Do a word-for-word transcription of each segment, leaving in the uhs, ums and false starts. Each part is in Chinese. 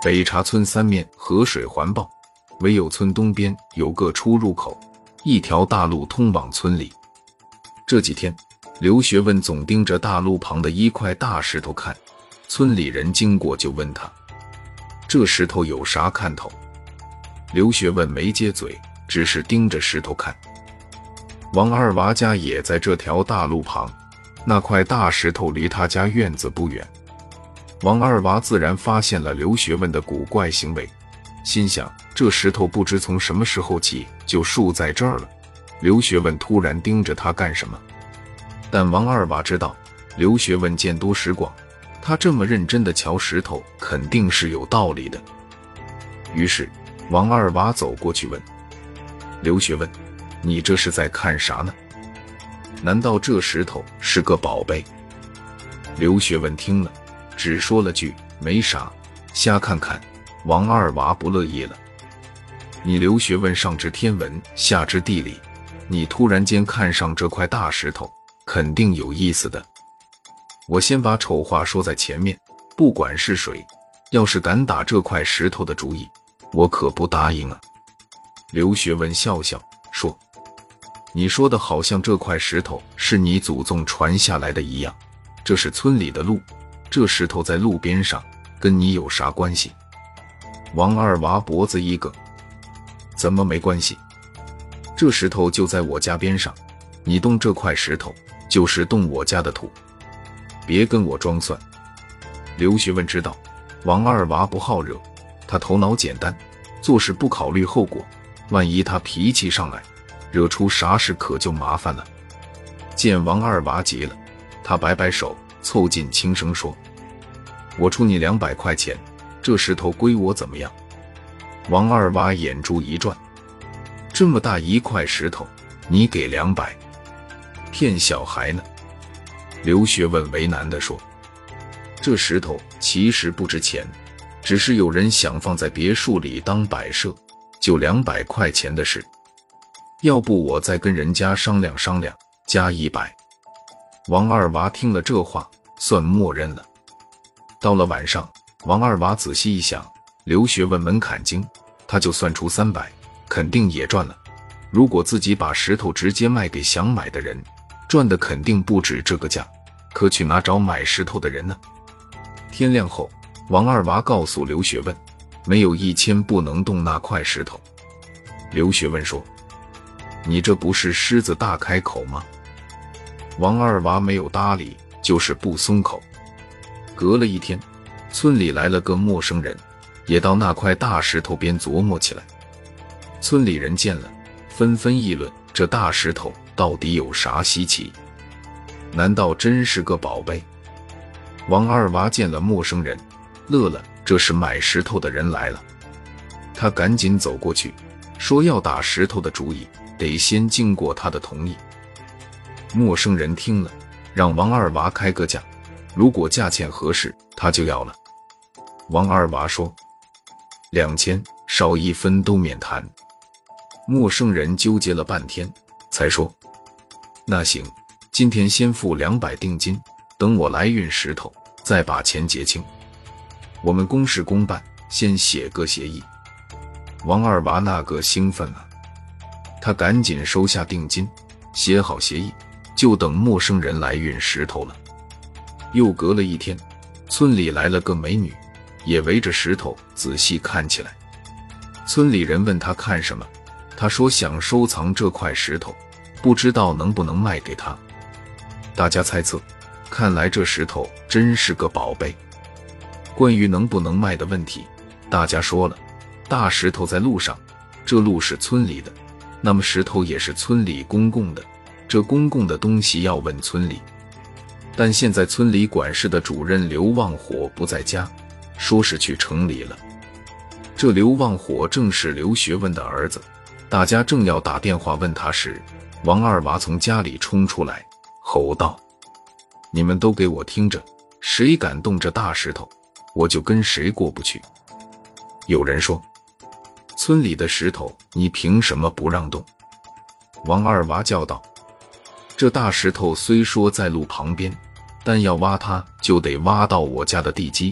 北茶村三面河水环抱，唯有村东边有个出入口，一条大路通往村里。这几天，刘学问总盯着大路旁的一块大石头看，村里人经过就问他，这石头有啥看头？刘学问没接嘴，只是盯着石头看。王二娃家也在这条大路旁，那块大石头离他家院子不远。王二娃自然发现了刘学问的古怪行为，心想这石头不知从什么时候起就竖在这儿了，刘学问突然盯着他干什么？但王二娃知道刘学问见多识广，他这么认真地瞧石头肯定是有道理的。于是王二娃走过去问刘学问，你这是在看啥呢？难道这石头是个宝贝？刘学问听了只说了句没啥，瞎看看。王二娃不乐意了，你刘学问上知天文下知地理，你突然间看上这块大石头，肯定有意思的。我先把丑话说在前面，不管是谁，要是敢打这块石头的主意，我可不答应啊。刘学问笑笑说，你说的好像这块石头是你祖宗传下来的一样，这是村里的路，这石头在路边上，跟你有啥关系？王二娃脖子一梗，怎么没关系？这石头就在我家边上，你动这块石头就是动我家的土，别跟我装蒜。刘学问知道王二娃不好惹，他头脑简单，做事不考虑后果，万一他脾气上来，惹出啥事可就麻烦了。见王二娃急了，他摆摆手，凑近轻声说，我出你两百块钱，这石头归我怎么样？王二娃眼珠一转，这么大一块石头，你给两百，骗小孩呢？刘学问为难地说，这石头其实不值钱，只是有人想放在别墅里当摆设，就两百块钱的事，要不我再跟人家商量商量，加一百。王二娃听了这话，算默认了。到了晚上，王二娃仔细一想，刘学问门槛精，他就算出三百，肯定也赚了。如果自己把石头直接卖给想买的人，赚的肯定不止这个价，可去哪找买石头的人呢？天亮后，王二娃告诉刘学问，没有一千不能动那块石头。刘学问说，你这不是狮子大开口吗？王二娃没有搭理，就是不松口。隔了一天，村里来了个陌生人，也到那块大石头边琢磨起来。村里人见了，纷纷议论这大石头到底有啥稀奇？难道真是个宝贝？王二娃见了陌生人，乐了，这是买石头的人来了。他赶紧走过去，说要打石头的主意，得先经过他的同意。陌生人听了，让王二娃开个价，如果价钱合适，他就要了。王二娃说，两千，少一分都免谈。陌生人纠结了半天，才说，那行，今天先付两百定金，等我来运石头，再把钱结清。我们公事公办，先写个协议。王二娃那个兴奋啊，他赶紧收下定金，写好协议，就等陌生人来运石头了。又隔了一天，村里来了个美女，也围着石头仔细看起来。村里人问他看什么，他说想收藏这块石头，不知道能不能卖给他。大家猜测，看来这石头真是个宝贝。关于能不能卖的问题，大家说了，大石头在路上，这路是村里的，那么石头也是村里公共的，这公共的东西要问村里。但现在村里管事的主任刘旺火不在家，说是去城里了。这刘旺火正是刘学问的儿子，大家正要打电话问他时，王二娃从家里冲出来，吼道，你们都给我听着，谁敢动这大石头，我就跟谁过不去。有人说，村里的石头你凭什么不让动？王二娃叫道，这大石头虽说在路旁边，但要挖它就得挖到我家的地基，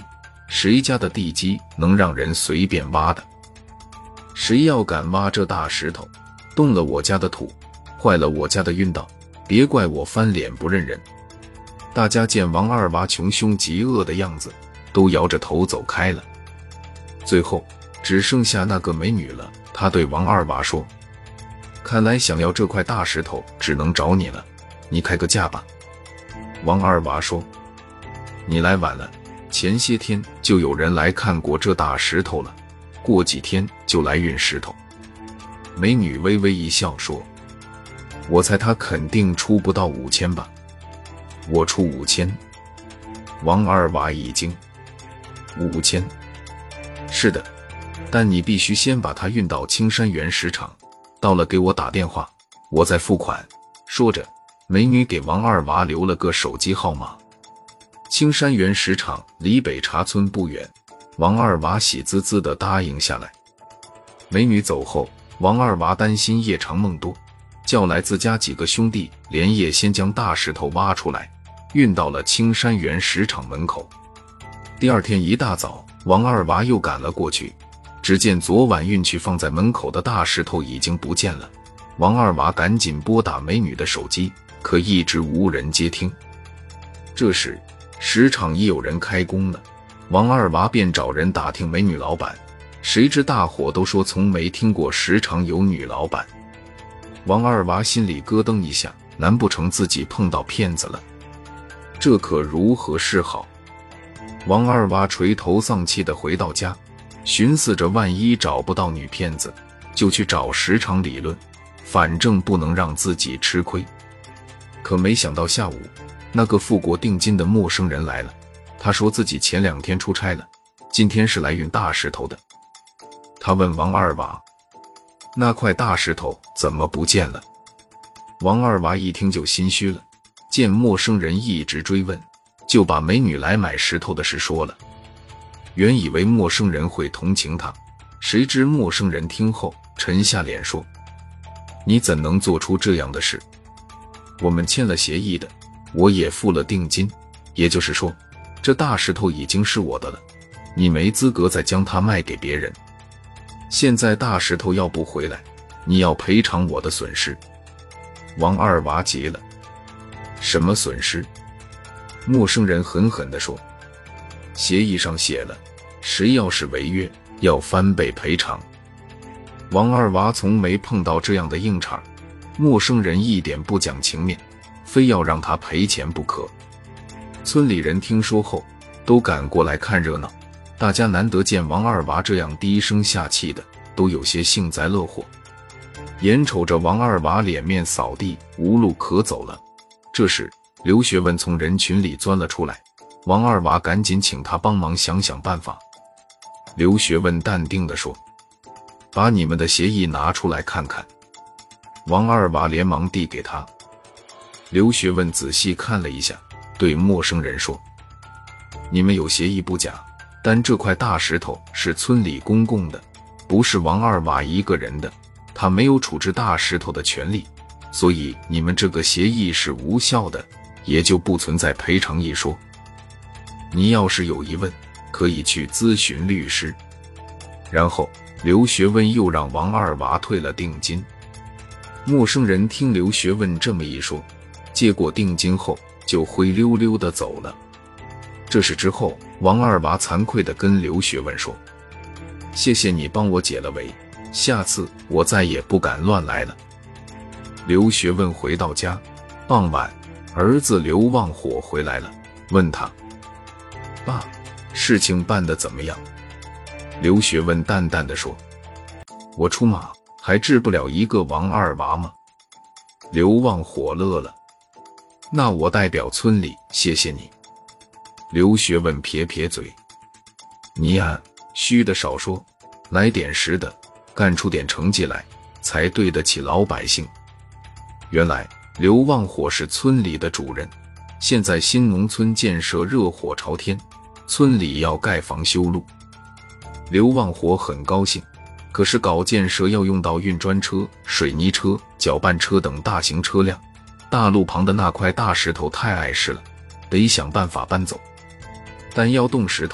谁家的地基能让人随便挖的？谁要敢挖这大石头，动了我家的土，坏了我家的运道，别怪我翻脸不认人。大家见王二娃穷凶极恶的样子，都摇着头走开了。最后只剩下那个美女了，她对王二娃说：看来想要这块大石头只能找你了，你开个价吧。王二娃说：你来晚了，前些天就有人来看过这大石头了，过几天就来运石头。美女微微一笑说：我猜他肯定出不到五千吧。我出五千。王二娃一惊：五千？是的，但你必须先把它运到青山原石场，到了给我打电话，我再付款。说着，美女给王二娃留了个手机号码。青山原石场离北茶村不远，王二娃喜滋滋地答应下来。美女走后，王二娃担心夜长梦多，叫来自家几个兄弟，连夜先将大石头挖出来，运到了青山原石场门口。第二天一大早，王二娃又赶了过去，只见昨晚运去放在门口的大石头已经不见了。王二娃赶紧拨打美女的手机，可一直无人接听。这时石场已有人开工了，王二娃便找人打听美女老板，谁知大伙都说从没听过石场有女老板。王二娃心里咯噔一下，难不成自己碰到骗子了？这可如何是好？王二娃垂头丧气地回到家，寻思着万一找不到女骗子，就去找石场理论，反正不能让自己吃亏。可没想到下午，那个付过定金的陌生人来了。他说自己前两天出差了，今天是来运大石头的。他问王二娃：那块大石头怎么不见了？王二娃一听就心虚了，见陌生人一直追问，就把美女来买石头的事说了。原以为陌生人会同情他，谁知陌生人听后沉下脸说：你怎能做出这样的事？我们签了协议的，我也付了定金，也就是说，这大石头已经是我的了，你没资格再将它卖给别人。现在大石头要不回来，你要赔偿我的损失。王二娃急了：什么损失？陌生人狠狠地说：协议上写了，谁要是违约，要翻倍赔偿。王二娃从没碰到这样的硬茬，陌生人一点不讲情面，非要让他赔钱不可。村里人听说后都赶过来看热闹，大家难得见王二娃这样低声下气的，都有些幸灾乐祸。眼瞅着王二娃脸面扫地，无路可走了，这时刘学问从人群里钻了出来，王二娃赶紧请他帮忙想想办法。刘学问淡定地说：把你们的协议拿出来看看。王二娃连忙递给他。刘学问仔细看了一下，对陌生人说：你们有协议不假，但这块大石头是村里公共的，不是王二娃一个人的，他没有处置大石头的权利，所以你们这个协议是无效的，也就不存在赔偿一说。你要是有疑问，可以去咨询律师。然后刘学问又让王二娃退了定金。陌生人听刘学问这么一说，接过定金后就灰溜溜地走了。这事之后，王二娃惭愧地跟刘学问说：谢谢你帮我解了围，下次我再也不敢乱来了。刘学问回到家，傍晚儿子刘旺火回来了，问他：爸，事情办得怎么样？刘学问淡淡地说：我出马还治不了一个王二娃吗？刘旺火乐了：那我代表村里谢谢你。刘学问撇撇嘴：你呀，虚的少说，来点实的，干出点成绩来，才对得起老百姓。原来刘旺火是村里的主人，现在新农村建设热火朝天，村里要盖房修路。刘旺火很高兴，可是搞建设要用到运砖车、水泥车、搅拌车等大型车辆，大路旁的那块大石头太碍事了，得想办法搬走。但要动石头，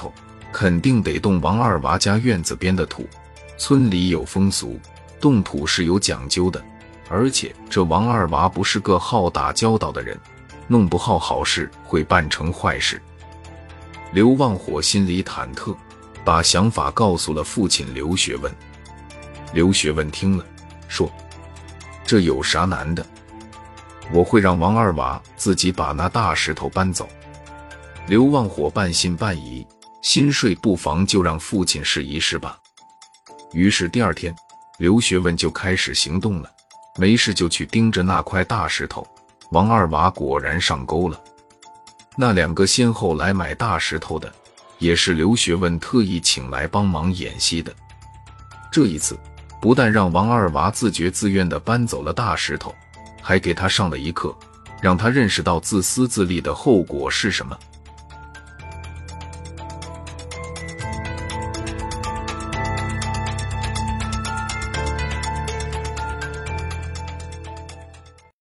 肯定得动王二娃家院子边的土。村里有风俗，动土是有讲究的，而且这王二娃不是个好打交道的人，弄不好好事会办成坏事。刘旺火心里忐忑，把想法告诉了父亲刘学问。刘学问听了，说：“这有啥难的？我会让王二娃自己把那大石头搬走。”刘旺火半信半疑，心说不妨就让父亲试一试吧。于是第二天，刘学问就开始行动了，没事就去盯着那块大石头。王二娃果然上钩了。那两个先后来买大石头的，也是刘学问特意请来帮忙演戏的。这一次，不但让王二娃自觉自愿地搬走了大石头，还给他上了一课，让他认识到自私自利的后果是什么。